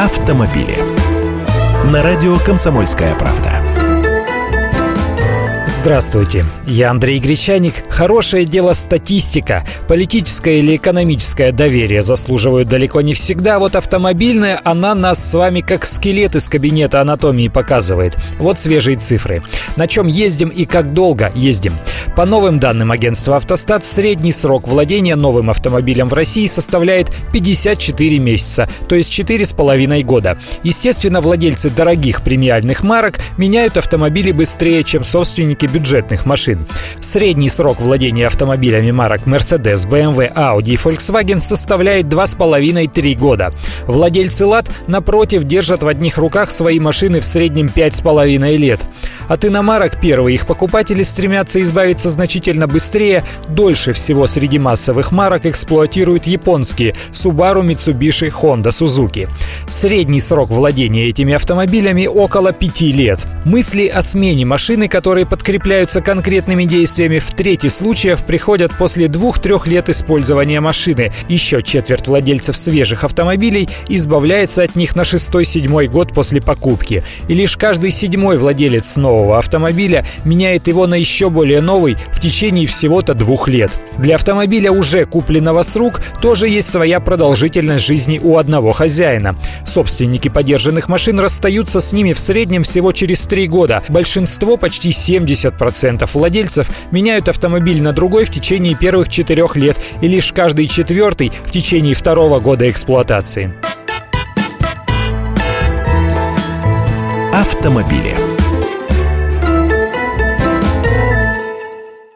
автомобили. На радио «Комсомольская правда». Здравствуйте, я Андрей Гречаник. Хорошее дело статистика. Политическое или экономическое доверие заслуживают далеко не всегда. Вот автомобильная, она нас с вами как скелет из кабинета анатомии показывает. Вот свежие цифры. На чем ездим и как долго ездим. По новым данным агентства «Автостат», средний срок владения новым автомобилем в России составляет 54 месяца, то есть 4,5 года. Естественно, владельцы дорогих премиальных марок меняют автомобили быстрее, чем собственники бюджетных машин. Средний срок владения автомобилями марок Mercedes, BMW, Audi и Volkswagen составляет 2,5-3 года. Владельцы «Лад», напротив, держат в одних руках свои машины в среднем 5,5 лет. От иномарок первые их покупатели стремятся избавиться значительно быстрее. Дольше всего среди массовых марок эксплуатируют японские Subaru, Mitsubishi, Honda, Suzuki. Средний срок владения этими автомобилями около 5 лет. Мысли о смене машины, которые подкрепляются конкретными действиями, в трети случаев приходят после 2-3 лет использования машины. Еще четверть владельцев свежих автомобилей избавляется от них на 6-7 год после покупки. И лишь каждый 7-й владелец нового автомобиля меняет его на еще более новый в течение всего-то 2 лет. Для автомобиля, уже купленного с рук, тоже есть своя продолжительность жизни у одного хозяина. Собственники подержанных машин расстаются с ними в среднем всего через 3 года. Большинство, почти 70% владельцев, меняют автомобиль на другой в течение первых 4 лет и лишь каждый 4-й в течение 2-го года эксплуатации. Автомобили.